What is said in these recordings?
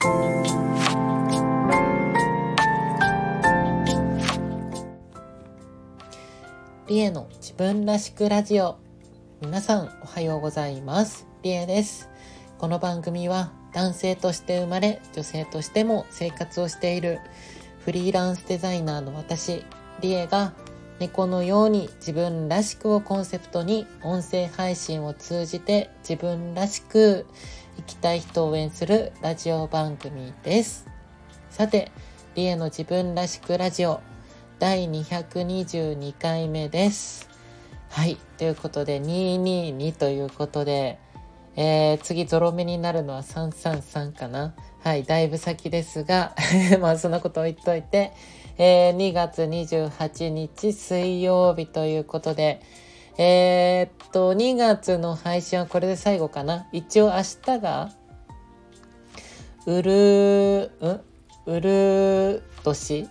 リエの自分らしくラジオ。皆さんおはようございます。リエです。この番組は男性として生まれ、女性としても生活をしているフリーランスデザイナーの私、リエが猫のように自分らしくをコンセプトに音声配信を通じて自分らしく生きたい人を応援するラジオ番組です。さて、リエの自分らしくラジオ第222回目です。はい、ということで222ということで、次ゾロ目になるのは333かな。はい、だいぶ先ですがまあそんなこと置いといて、2月28日水曜日ということで、2月の配信はこれで最後かな。一応明日がうる月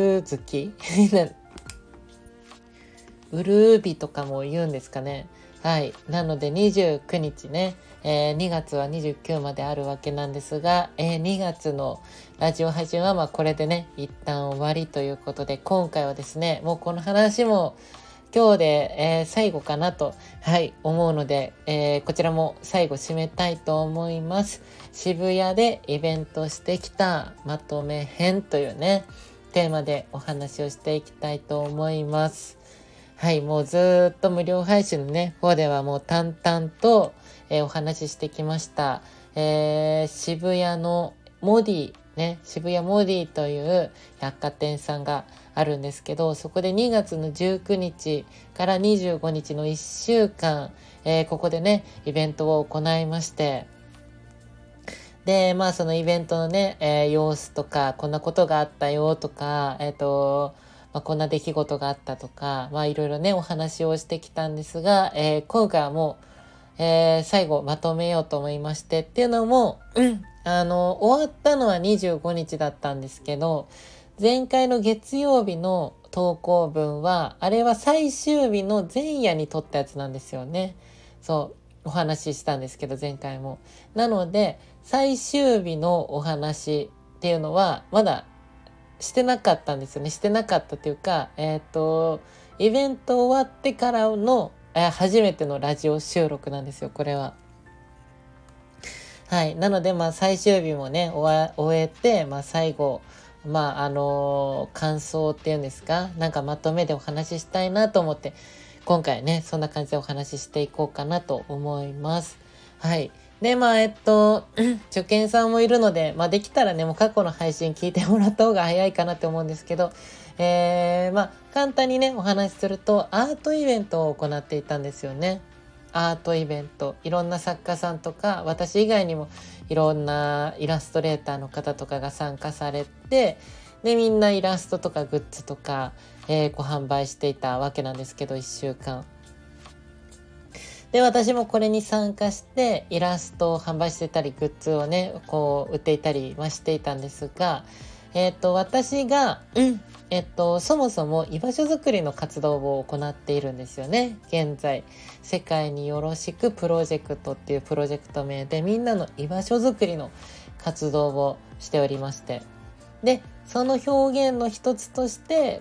うる日とかも言うんですかね。はい。なので29日ね、2月は29まであるわけなんですが、2月のラジオ配信はまあこれでね、一旦終わりということで、今回はですね、もうこの話も今日で、最後かなと、はい、思うので、こちらも最後締めたいと思います。渋谷でイベントしてきたまとめ編というね、テーマでお話をしていきたいと思います。はい、もうずっと無料配信のね、方ではもう淡々と、お話ししてきました。渋谷のモディ、ね、渋谷モディという百貨店さんがあるんですけど、そこで2月の19日から25日の1週間、ここでね、イベントを行いまして、で、まあそのイベントのね、様子とか、こんなことがあったよとか、こんな出来事があったとか、まあいろいろね、お話をしてきたんですが、今回はもう、最後まとめようと思いまして、っていうのも、終わったのは25日だったんですけど、前回の月曜日の投稿分は、あれは最終日の前夜に撮ったやつなんですよね。そう、お話ししたんですけど、前回も。なので、最終日のお話っていうのは、まだしてなかったんですよね。してなかったっていうか、イベント終わってからの、初めてのラジオ収録なんですよ、これは。はい。なので、まあ、最終日もね、終えて、まあ、最後、まあ、感想っていうんですか、なんかまとめでお話ししたいなと思って、今回ね、そんな感じでお話ししていこうかなと思います。はい。で、まあ、受験さんもいるので、まあ、できたらね、もう過去の配信聞いてもらった方が早いかなって思うんですけど、まあ、簡単にね、お話しすると、アートイベントを行っていたんですよね。アートイベント、いろんな作家さんとか、私以外にもいろんなイラストレーターの方とかが参加されて、で、みんなイラストとかグッズとか、販売していたわけなんですけど、1週間。で、私もこれに参加して、イラストを販売してたり、グッズをね、こう、売っていたりはしていたんですが、私が、そもそも居場所づくりの活動を行っているんですよね。現在、世界によろしくプロジェクトっていうプロジェクト名でみんなの居場所づくりの活動をしておりまして。で、その表現の一つとして、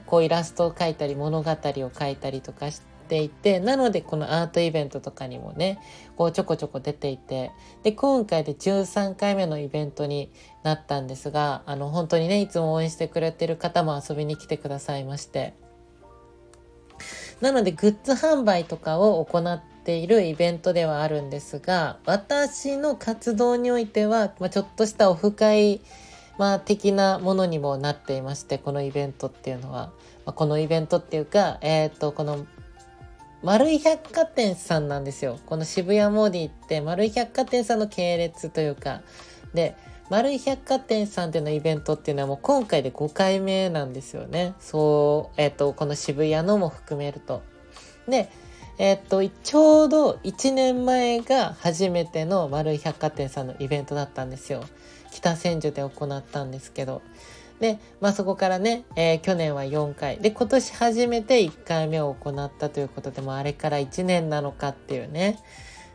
こうイラストを描いたり物語を描いたりとかしていて、なのでこのアートイベントとかにもね、こうちょこちょこ出ていて、で、今回で13回目のイベントになったんですが、本当にね、いつも応援してくれてる方も遊びに来てくださいまして。なので、グッズ販売とかを行っているイベントではあるんですが、私の活動においては、ちょっとしたオフ会、的なものにもなっていまして、このイベントっていうのは。このイベントっていうか、この丸井百貨店さんなんですよ。この渋谷モディって丸井百貨店さんの系列というか、で、丸井百貨店さんでのイベントっていうのはもう今回で5回目なんですよね。そう、この渋谷のも含めると。で、ちょうど1年前が初めての丸井百貨店さんのイベントだったんですよ。北千住で行ったんですけど。で、そこからね、去年は4回。で、今年初めて1回目を行ったということで、あれから1年なのかっていうね。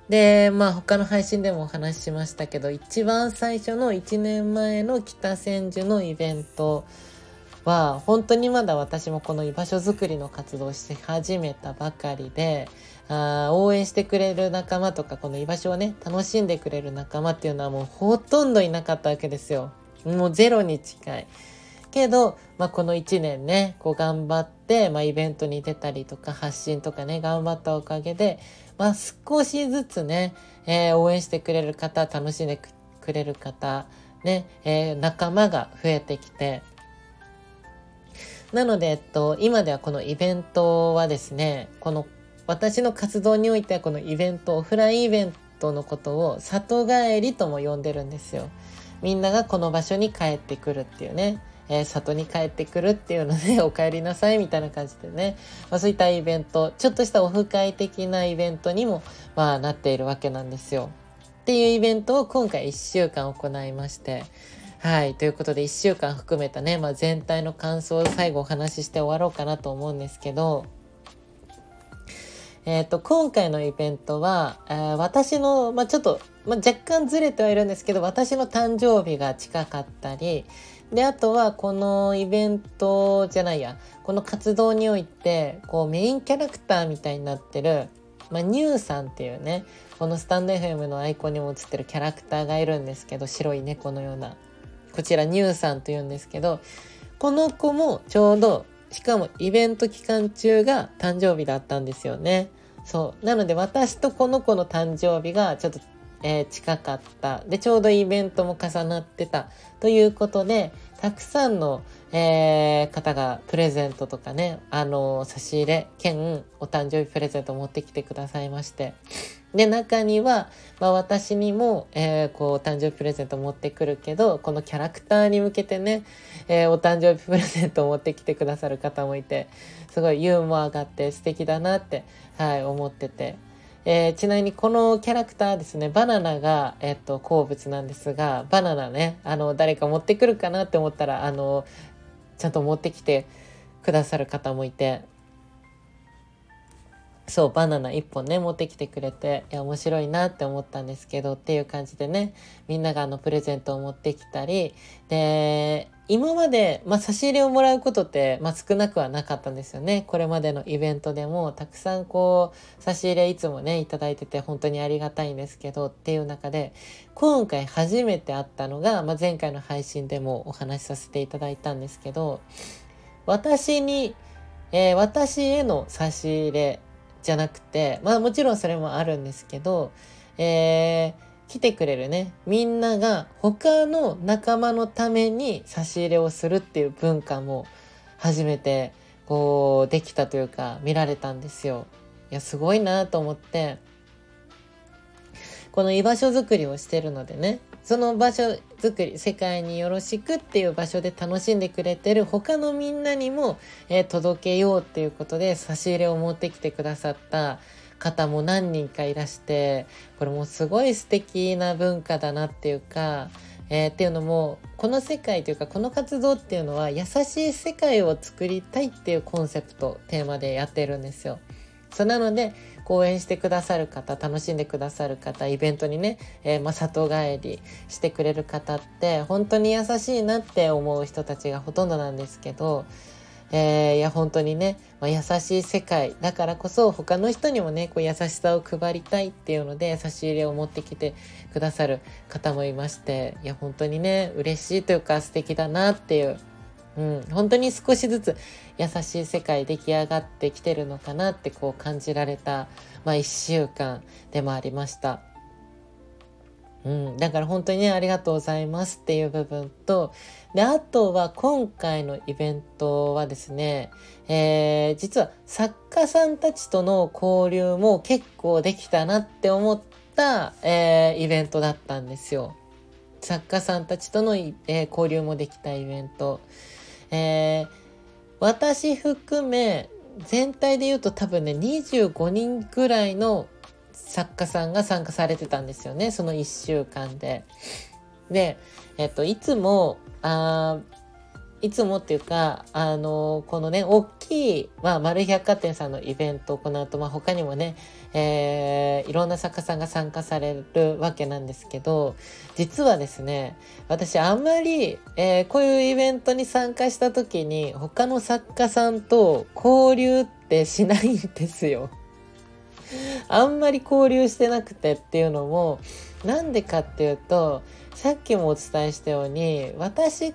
で、他の配信でもお話ししましたけど、一番最初の1年前の北千住のイベントは、本当にまだ私もこの居場所づくりの活動をし始めたばかりで、応援してくれる仲間とか、この居場所をね、楽しんでくれる仲間っていうのはもうほとんどいなかったわけですよ。もうゼロに近い。けど、この1年ね、頑張って、イベントに出たりとか発信とかね、頑張ったおかげで、少しずつね、応援してくれる方、楽しんでくれる方、ね、仲間が増えてきて、なので、今ではこのイベントはですね、この私の活動においてはこのイベント、オフラインイベントのことを里帰りとも呼んでるんですよ。みんながこの場所に帰ってくるっていうね、里に帰ってくるっていうのでお帰りなさいみたいな感じでね、そういったイベント、ちょっとしたオフ会的なイベントにもなっているわけなんですよ。っていうイベントを今回1週間行いまして、はい、ということで1週間含めたね、全体の感想を最後お話しして終わろうかなと思うんですけど、今回のイベントは、私の、ちょっと、若干ずれてはいるんですけど、私の誕生日が近かったり、で、あとはこのイベントじゃないや、この活動において、メインキャラクターみたいになってる、ニューさんっていうね、このスタンド FM のアイコンにも映ってるキャラクターがいるんですけど、白い猫のような。こちらニューさんというんですけど、この子もちょうど、しかもイベント期間中が誕生日だったんですよね。そう。なので私とこの子の誕生日がちょっと、近かった。で、ちょうどイベントも重なってた。ということで、たくさんの、方がプレゼントとかね、差し入れ兼お誕生日プレゼントを持ってきてくださいまして。で、中には、私にも、お誕生日プレゼント持ってくるけど、このキャラクターに向けてね、お誕生日プレゼントを持ってきてくださる方もいて、すごいユーモアがあって素敵だなって、思ってて。ちなみにこのキャラクターですね、バナナが、好物なんですが、バナナね、誰か持ってくるかなって思ったら、ちゃんと持ってきてくださる方もいて、そう、バナナ1本ね、持ってきてくれて、面白いなって思ったんですけど、っていう感じでね、みんながプレゼントを持ってきたり、で、今まで、差し入れをもらうことって、少なくはなかったんですよね。これまでのイベントでも、たくさん差し入れいつもね、いただいてて、本当にありがたいんですけど、っていう中で、今回初めて会ったのが、前回の配信でもお話しさせていただいたんですけど、私への差し入れ、じゃなくて、もちろんそれもあるんですけど、来てくれるね、みんなが他の仲間のために差し入れをするっていう文化も初めてできたというか見られたんですよ。いや、すごいなと思って、この居場所づくりをしてるのでね、その場所づくり、世界によろしくっていう場所で楽しんでくれてる他のみんなにも、届けようっていうことで差し入れを持ってきてくださった方も何人かいらして、これもすごい素敵な文化だなっていうか、っていうのも、この世界というかこの活動っていうのは優しい世界を作りたいっていうコンセプト、テーマでやってるんですよ。そうなので、応援してくださる方、楽しんでくださる方、イベントにね、里帰りしてくれる方って本当に優しいなって思う人たちがほとんどなんですけど、いや本当にね、優しい世界だからこそ他の人にもね、優しさを配りたいっていうので差し入れを持ってきてくださる方もいまして、いや本当にね、嬉しいというか素敵だなっていう、本当に少しずつ優しい世界出来上がってきてるのかなって感じられた、1週間でもありました。だから本当にね、ありがとうございますっていう部分と、で、あとは今回のイベントはですね、実は作家さんたちとの交流も結構できたなって思った、イベントだったんですよ。作家さんたちとの、交流もできたイベント。私含め全体で言うと多分ね、25人ぐらいの作家さんが参加されてたんですよね、その1週間で。で、いつもいつもっていうか、このね、大きい、マル百貨店さんのイベントを行うと、他にもね、いろんな作家さんが参加されるわけなんですけど、実はですね、私あんまり、こういうイベントに参加した時に、他の作家さんと交流ってしないんですよ。あんまり交流してなくてっていうのも、なんでかっていうと、さっきもお伝えしたように、私って、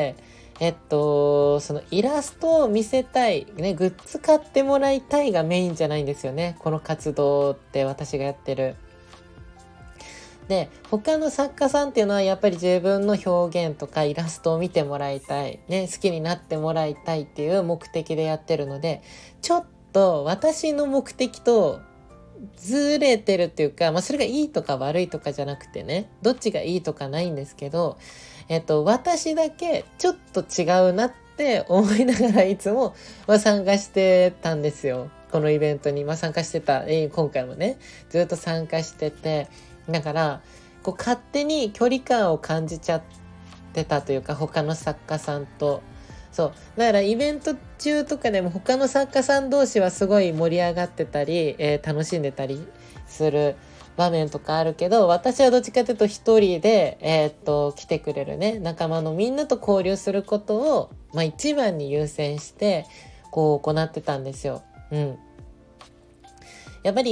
そのイラストを見せたい、ね、グッズ買ってもらいたいがメインじゃないんですよね。この活動って私がやってる。で、他の作家さんっていうのはやっぱり自分の表現とかイラストを見てもらいたい、ね、好きになってもらいたいっていう目的でやってるので、ちょっと私の目的とずれてるっていうか、それがいいとか悪いとかじゃなくてね、どっちがいいとかないんですけど、私だけちょっと違うなって思いながらいつも、参加してたんですよ。このイベントに、参加してた、今回もね、ずっと参加してて、だから、勝手に距離感を感じちゃってたというか、他の作家さんと。そう。だからイベント中とかでも他の作家さん同士はすごい盛り上がってたり、楽しんでたりする場面とかあるけど、私はどっちかというと一人で、来てくれるね、仲間のみんなと交流することを、一番に優先して、行ってたんですよ。うん。やっぱり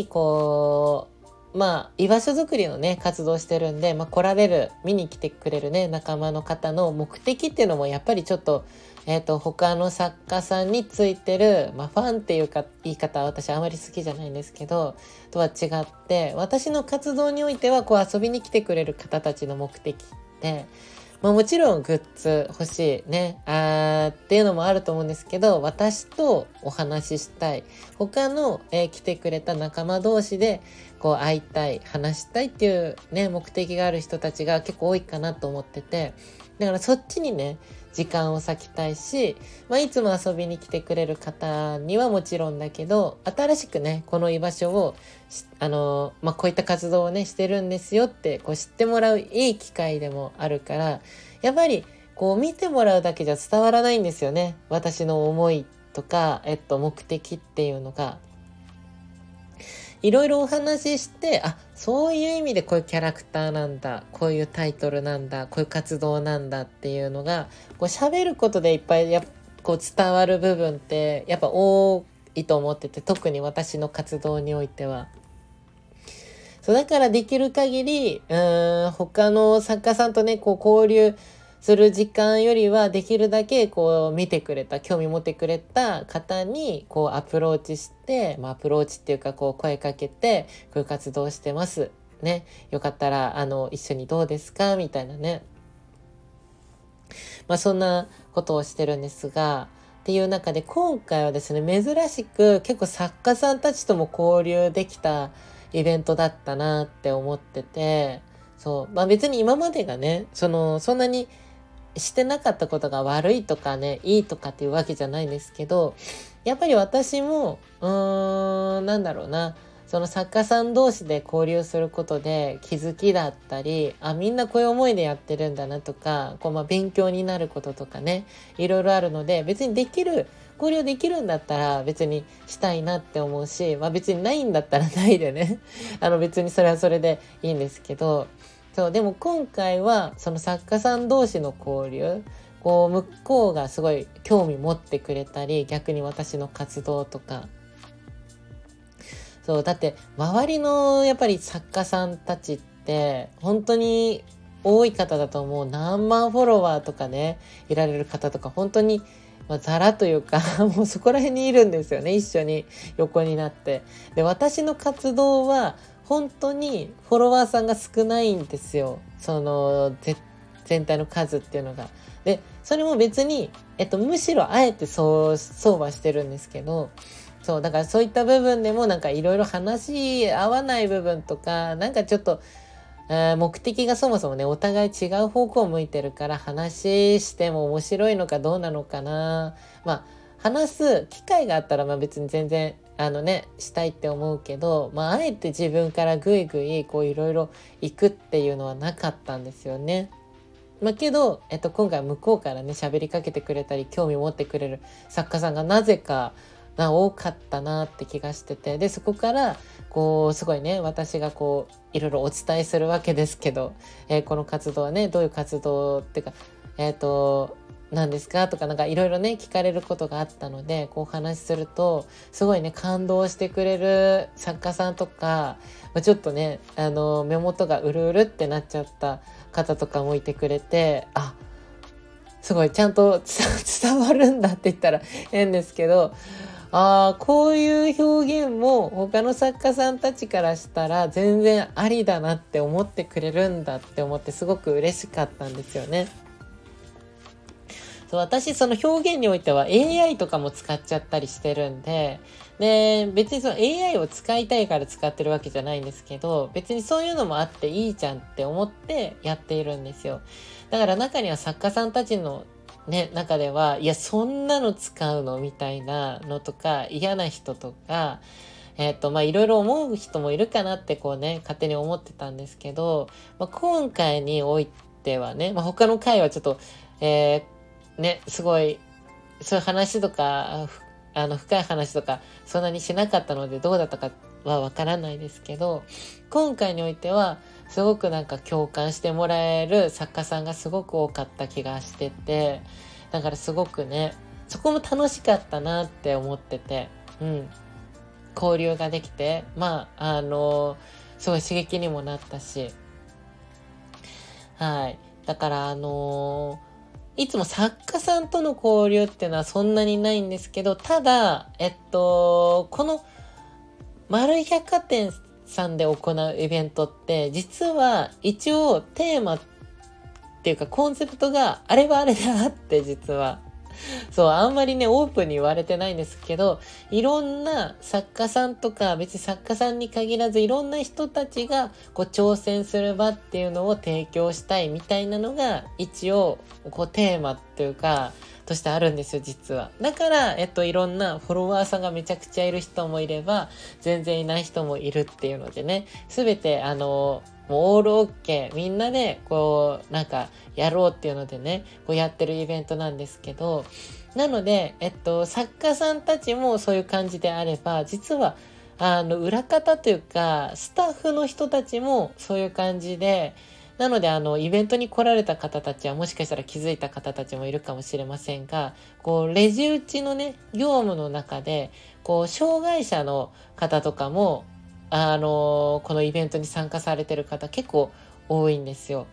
居場所づくりのね、活動してるんで、来られる、見に来てくれるね、仲間の方の目的っていうのもやっぱりちょっと、他の作家さんについてる、ファンっていうか、言い方は私あまり好きじゃないんですけど、とは違って、私の活動においては、遊びに来てくれる方たちの目的って、もちろんグッズ欲しいね、っていうのもあると思うんですけど、私とお話ししたい。他の、来てくれた仲間同士で、会いたい、話したいっていうね、目的がある人たちが結構多いかなと思ってて、だからそっちにね、時間を割きたいし、いつも遊びに来てくれる方にはもちろんだけど、新しくね、この居場所を、こういった活動をね、してるんですよって、知ってもらういい機会でもあるから、やっぱり、見てもらうだけじゃ伝わらないんですよね。私の思いとか、目的っていうのが。いろいろお話しして、そういう意味でこういうキャラクターなんだ、こういうタイトルなんだ、こういう活動なんだっていうのが、喋ることでいっぱい伝わる部分ってやっぱ多いと思ってて、特に私の活動においては。そうだからできる限り、他の作家さんとね、交流する時間よりはできるだけ見てくれた、興味持ってくれた方にアプローチして、アプローチっていうか声かけて、こういう活動してます。ね。よかったら一緒にどうですかみたいなね。そんなことをしてるんですが、っていう中で今回はですね、珍しく結構作家さんたちとも交流できたイベントだったなって思ってて、そう。別に今までがね、そんなにしてなかったことが悪いとかね、いいとかっていうわけじゃないんですけど、やっぱり私も、なんだろうな、その作家さん同士で交流することで気づきだったり、みんなこういう思いでやってるんだなとか、勉強になることとかね、いろいろあるので、別に交流できるんだったら別にしたいなって思うし、別にないんだったらないでね、別にそれはそれでいいんですけど、そう、でも今回はその作家さん同士の交流、向こうがすごい興味持ってくれたり、逆に私の活動とか、そう、だって周りのやっぱり作家さんたちって本当に多い方だと思う。何万フォロワーとかね、いられる方とか本当にザラというかもうそこら辺にいるんですよね、一緒に横になって。で、私の活動は本当にフォロワーさんが少ないんですよ。全体の数っていうのが。で、それも別に、むしろあえてそうはしてるんですけど、そう、だからそういった部分でもいろいろ話し合わない部分とか、ちょっと、目的がそもそもね、お互い違う方向を向いてるから話しても面白いのかどうなのかな。話す機会があったら別に全然したいって思うけど、あえて自分からぐいぐいいろいろ行くっていうのはなかったんですよね。 けど、今回向こうからね喋りかけてくれたり興味を持ってくれる作家さんがなぜか多かったなって気がしてて、でそこからこうすごいね私がこういろいろお伝えするわけですけど、この活動はねどういう活動っていうか何ですかとかなんかいろいろね聞かれることがあったので、こうお話しするとすごいね感動してくれる作家さんとか、ちょっとね目元がうるうるってなっちゃった方とかもいてくれて、すごいちゃんと伝わるんだって言ったら変ですけど、こういう表現も他の作家さんたちからしたら全然ありだなって思ってくれるんだって思ってすごく嬉しかったんですよね。私その表現においては AI とかも使っちゃったりしてるんで、別にその AI を使いたいから使ってるわけじゃないんですけど、別にそういうのもあっていいじゃんって思ってやっているんですよ。だから中には作家さんたちのね、中では、いや、そんなの使うのみたいなのとか、嫌な人とか、いろいろ思う人もいるかなってこうね、勝手に思ってたんですけど、今回においてはね、他の回はちょっと、すごい、そういう話とか、深い話とか、そんなにしなかったので、どうだったかはわからないですけど、今回においては、すごくなんか共感してもらえる作家さんがすごく多かった気がしてて、だからすごくね、そこも楽しかったなって思ってて、交流ができて、すごい刺激にもなったし、はい。だから、いつも作家さんとの交流っていうのはそんなにないんですけど、ただ、この丸い百貨店さんで行うイベントって、実は一応テーマっていうかコンセプトがあれはあれであって、実は。そう、あんまりね、オープンに言われてないんですけど、いろんな作家さんとか、別に作家さんに限らず、いろんな人たちが、こう、挑戦する場っていうのを提供したいみたいなのが、一応、こう、テーマっていうか、としてあるんですよ、実は。だから、いろんなフォロワーさんがめちゃくちゃいる人もいれば、全然いない人もいるっていうのでね、すべて、もうオールオッケーみんなでこうなんかやろうっていうのでねこうやってるイベントなんですけど、なので作家さんたちもそういう感じであれば、実は裏方というかスタッフの人たちもそういう感じで、なのでイベントに来られた方たちはもしかしたら気づいた方たちもいるかもしれませんが、こうレジ打ちのね業務の中でこう障害者の方とかもこのイベントに参加されてる方結構多いんですよ。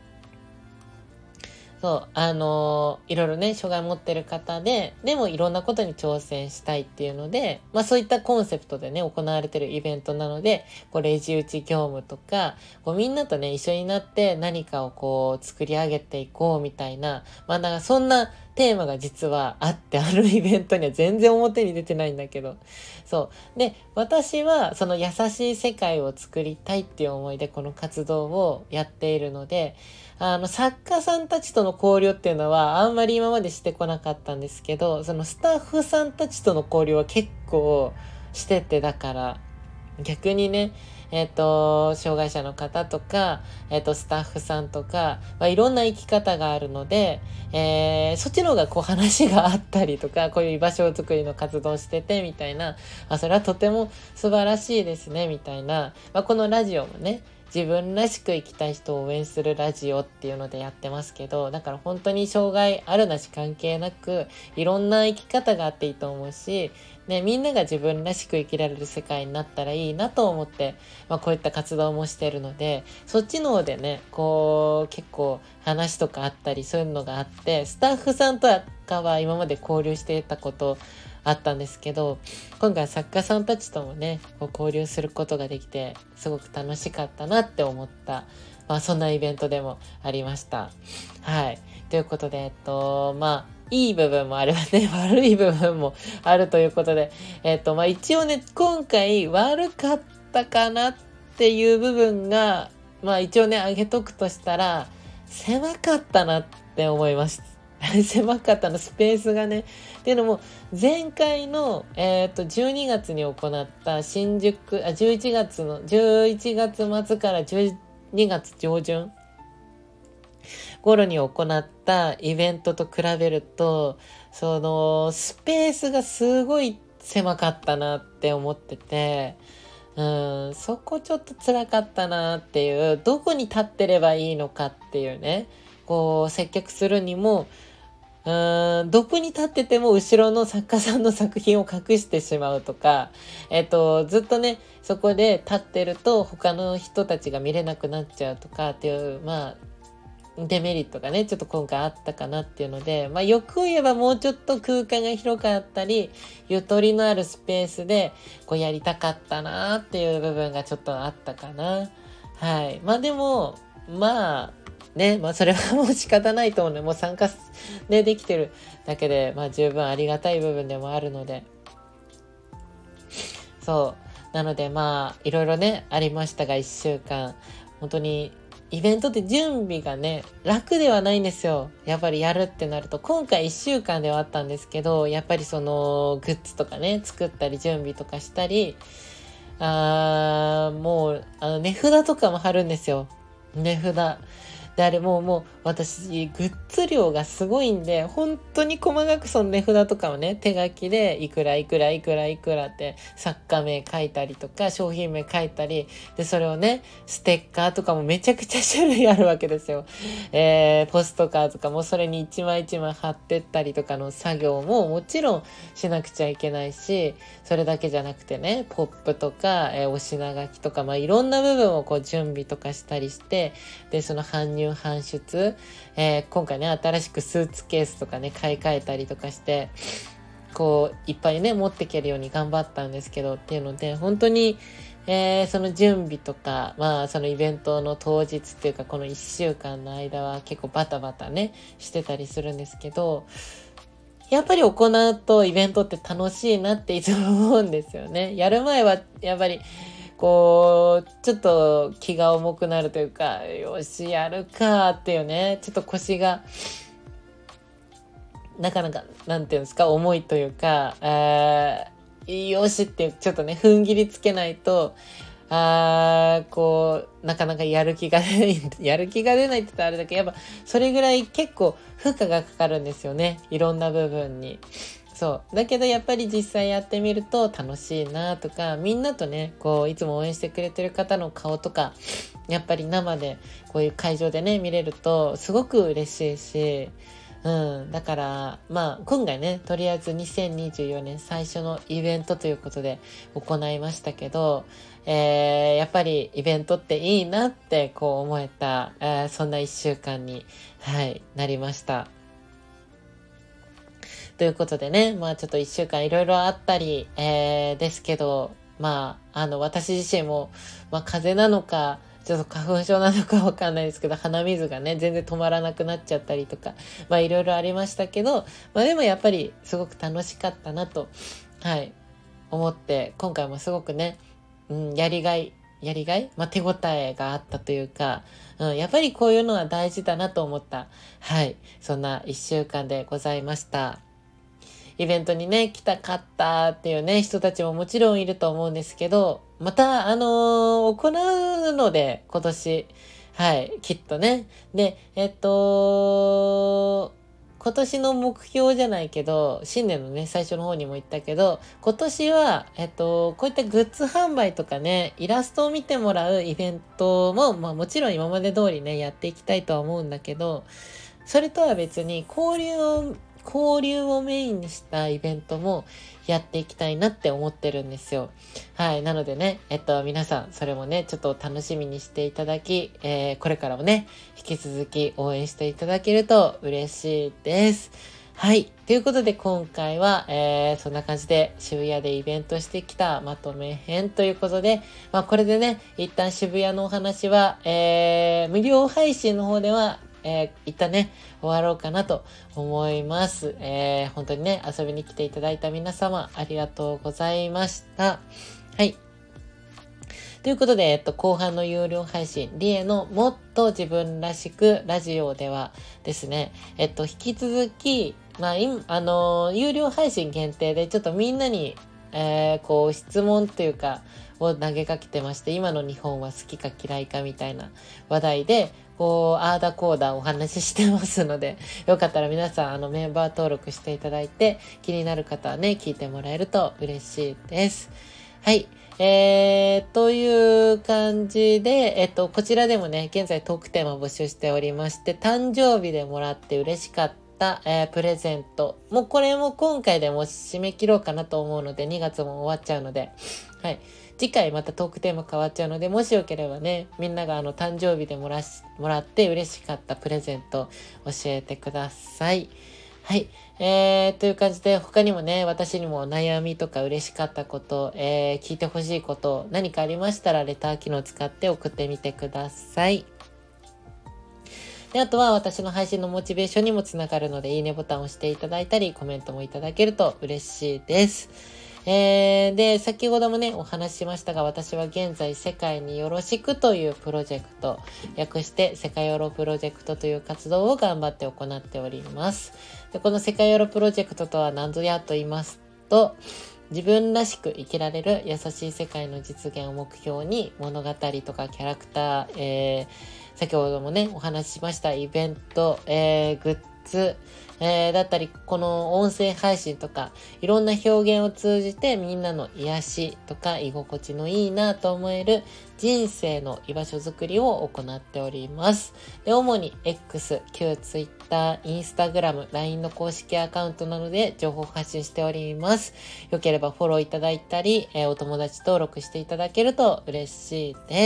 そう、いろいろね、障害持ってる方でもいろんなことに挑戦したいっていうので、そういったコンセプトでね、行われてるイベントなので、こう、レジ打ち業務とか、こう、みんなとね、一緒になって何かをこう、作り上げていこうみたいな、だからそんなテーマが実はあって、あるイベントには全然表に出てないんだけど。そう。で、私はその優しい世界を作りたいっていう思いでこの活動をやっているので、作家さんたちとの交流っていうのはあんまり今までしてこなかったんですけど、そのスタッフさんたちとの交流は結構してて、だから逆にね、障害者の方とか、スタッフさんとか、いろんな生き方があるので、そっちの方がこう話があったりとか、こういう居場所づくりの活動をしてて、みたいな、それはとても素晴らしいですね、みたいな、このラジオもね、自分らしく生きたい人を応援するラジオっていうのでやってますけど、だから本当に障害あるなし関係なく、いろんな生き方があっていいと思うし、ね、みんなが自分らしく生きられる世界になったらいいなと思って、こういった活動もしてるので、そっちの方でね、こう、結構話とかあったり、そういうのがあって、スタッフさんとかは今まで交流していたことあったんですけど、今回作家さんたちともね、こう交流することができて、すごく楽しかったなって思った、そんなイベントでもありました。はい。ということで、いい部分もあればね、悪い部分もあるということで、一応ね、今回悪かったかなっていう部分が、一応ね、挙げとくとしたら、狭かったなって思います。狭かったの、スペースがね。っていうのも、前回の、12月に行った新宿、11月末から12月上旬頃に行ったイベントと比べると、そのスペースがすごい狭かったなって思ってて、そこちょっと辛かったなっていう、どこに立ってればいいのかっていうね、こう接客するにも、どこに立ってても後ろの作家さんの作品を隠してしまうとか、ずっとね、そこで立ってると他の人たちが見れなくなっちゃうとかっていう、デメリットがね、ちょっと今回あったかなっていうので、欲を言えばもうちょっと空間が広かったり、ゆとりのあるスペースでこうやりたかったなっていう部分がちょっとあったかな。はい。でも、それはもう仕方ないと思うので、もう参加できてるだけで、十分ありがたい部分でもあるので。そう。なので、いろいろね、ありましたが、1週間。本当に、イベントって準備がね、楽ではないんですよ。やっぱりやるってなると、今回1週間ではあったんですけど、やっぱりその、グッズとかね、作ったり準備とかしたり、もう、値札とかも貼るんですよ。値札。で、あれもう私、グッズ量がすごいんで、本当に細かくその値札とかをね、手書きで、いくらいくらいくらいくらって作家名書いたりとか、商品名書いたり、で、それをね、ステッカーとかもめちゃくちゃ種類あるわけですよ。ポストカーとかもそれに一枚一枚貼ってったりとかの作業ももちろんしなくちゃいけないし、それだけじゃなくてね、ポップとか、お品書きとか、いろんな部分をこう準備とかしたりして、で、その搬入搬出、今回ね、新しくスーツケースとかね、買い替えたりとかして、こう、いっぱいね、持っていけるように頑張ったんですけど、っていうので、本当に、その準備とか、そのイベントの当日っていうか、この1週間の間は結構バタバタね、してたりするんですけど、やっぱり行うとイベントって楽しいなっていつも思うんですよね。やる前はやっぱりこうちょっと気が重くなるというか、よしやるかっていうね、ちょっと腰がなかなかなんていうんですか、重いというか、よしってちょっとね踏ん切りつけないと、こうなかなかやる気が出ないやる気が出ないって言ったらあれだけど、やっぱそれぐらい結構負荷がかかるんですよね、いろんな部分に。そうだけどやっぱり実際やってみると楽しいなとか、みんなとねこういつも応援してくれてる方の顔とかやっぱり生でこういう会場でね見れるとすごく嬉しいし、だから今回ねとりあえず2024年最初のイベントということで行いましたけど、やっぱりイベントっていいなってこう思えた、そんな1週間に、なりました。ということでね、ちょっと1週間いろいろあったり、ですけど、私自身も、風邪なのか、ちょっと花粉症なのかわかんないですけど、鼻水がね、全然止まらなくなっちゃったりとか、いろいろありましたけど、でもやっぱりすごく楽しかったなと、思って、今回もすごくね、やりがい、手応えがあったというか、やっぱりこういうのは大事だなと思った、そんな1週間でございました。イベントにね、来たかったっていうね、人たちももちろんいると思うんですけど、また、行うので、今年。きっとね。で、今年の目標じゃないけど、新年のね、最初の方にも言ったけど、今年は、こういったグッズ販売とかね、イラストを見てもらうイベントも、もちろん今まで通りね、やっていきたいとは思うんだけど、それとは別に交流をメインにしたイベントもやっていきたいなって思ってるんですよ。なのでね、皆さんそれもね、ちょっと楽しみにしていただき、これからもね、引き続き応援していただけると嬉しいです。ということで今回は、そんな感じで渋谷でイベントしてきたまとめ編ということで、これでね、一旦渋谷のお話は、無料配信の方では一旦ね、終わろうかなと思います。本当にね、遊びに来ていただいた皆様、ありがとうございました。ということで、後半の有料配信、リエのもっと自分らしくラジオではですね、引き続き、有料配信限定でちょっとみんなに、こう質問というか、を投げかけてまして、今の日本は好きか嫌いかみたいな話題で、 あーだこーだお話ししてますので、よかったら皆さんメンバー登録していただいて、気になる方はね、聞いてもらえると嬉しいです。はい。という感じで、こちらでもね、現在トークテーマ募集しておりまして、誕生日でもらって嬉しかった、プレゼント。もうこれも今回でも締め切ろうかなと思うので、2月も終わっちゃうので、はい。次回またトークテーマ変わっちゃうので、もしよければね、みんなが誕生日でもらって嬉しかったプレゼント教えてください。はい。という感じで、他にもね、私にも悩みとか嬉しかったこと、聞いてほしいこと、何かありましたら、レター機能を使って送ってみてください。で、あとは私の配信のモチベーションにもつながるので、いいねボタンを押していただいたり、コメントもいただけると嬉しいです。で、先ほどもね、お話ししましたが、私は現在、世界によろしくというプロジェクト、略して世界ヨロプロジェクトという活動を頑張って行っております。で、この世界ヨロプロジェクトとは何ぞやと言いますと、自分らしく生きられる優しい世界の実現を目標に物語とかキャラクター、先ほどもねお話ししましたイベント、グッズ、だったりこの音声配信とかいろんな表現を通じてみんなの癒しとか居心地のいいなと思える人生の居場所づくりを行っております。で、主に X、旧 Twitter、Instagram、LINE の公式アカウントなどで情報発信しております。よければフォローいただいたり、お友達登録していただけると嬉しいです。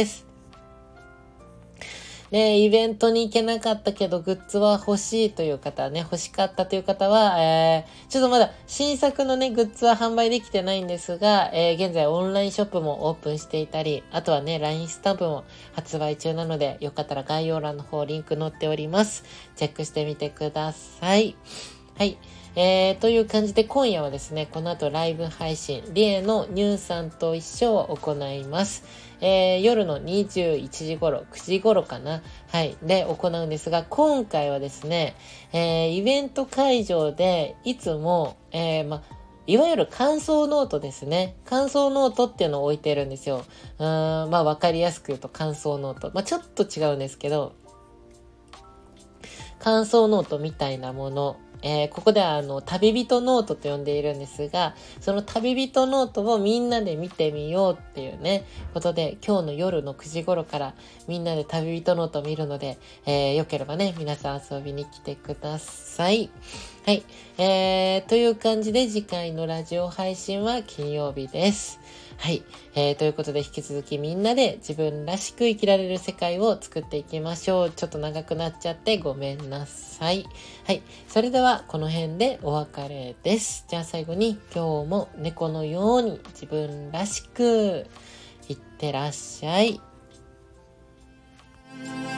で、イベントに行けなかったけど、グッズは欲しいという方はね、欲しかったという方は、ちょっとまだ新作のね、グッズは販売できてないんですが、現在オンラインショップもオープンしていたり、あとはね、LINE スタンプも発売中なので、よかったら概要欄の方リンク載っております。チェックしてみてください。はい。という感じで今夜はですね、この後ライブ配信、リエのニューさんと一緒を行います。夜の21時頃、9時頃かな。はい。で、行うんですが、今回はですね、イベント会場でいつも、いわゆる感想ノートですね。感想ノートっていうのを置いてるんですよ。わかりやすく言うと感想ノート。ちょっと違うんですけど、感想ノートみたいなもの、ここでは旅人ノートと呼んでいるんですが、その旅人ノートをみんなで見てみようっていうね、ことで、今日の夜の9時頃からみんなで旅人ノートを見るので、よければね、皆さん遊びに来てください。はい。という感じで次回のラジオ配信は金曜日です。はい。ということで引き続きみんなで自分らしく生きられる世界を作っていきましょう。ちょっと長くなっちゃってごめんなさい。はい。それではこの辺でお別れです。じゃあ最後に今日も猫のように自分らしくいってらっしゃい。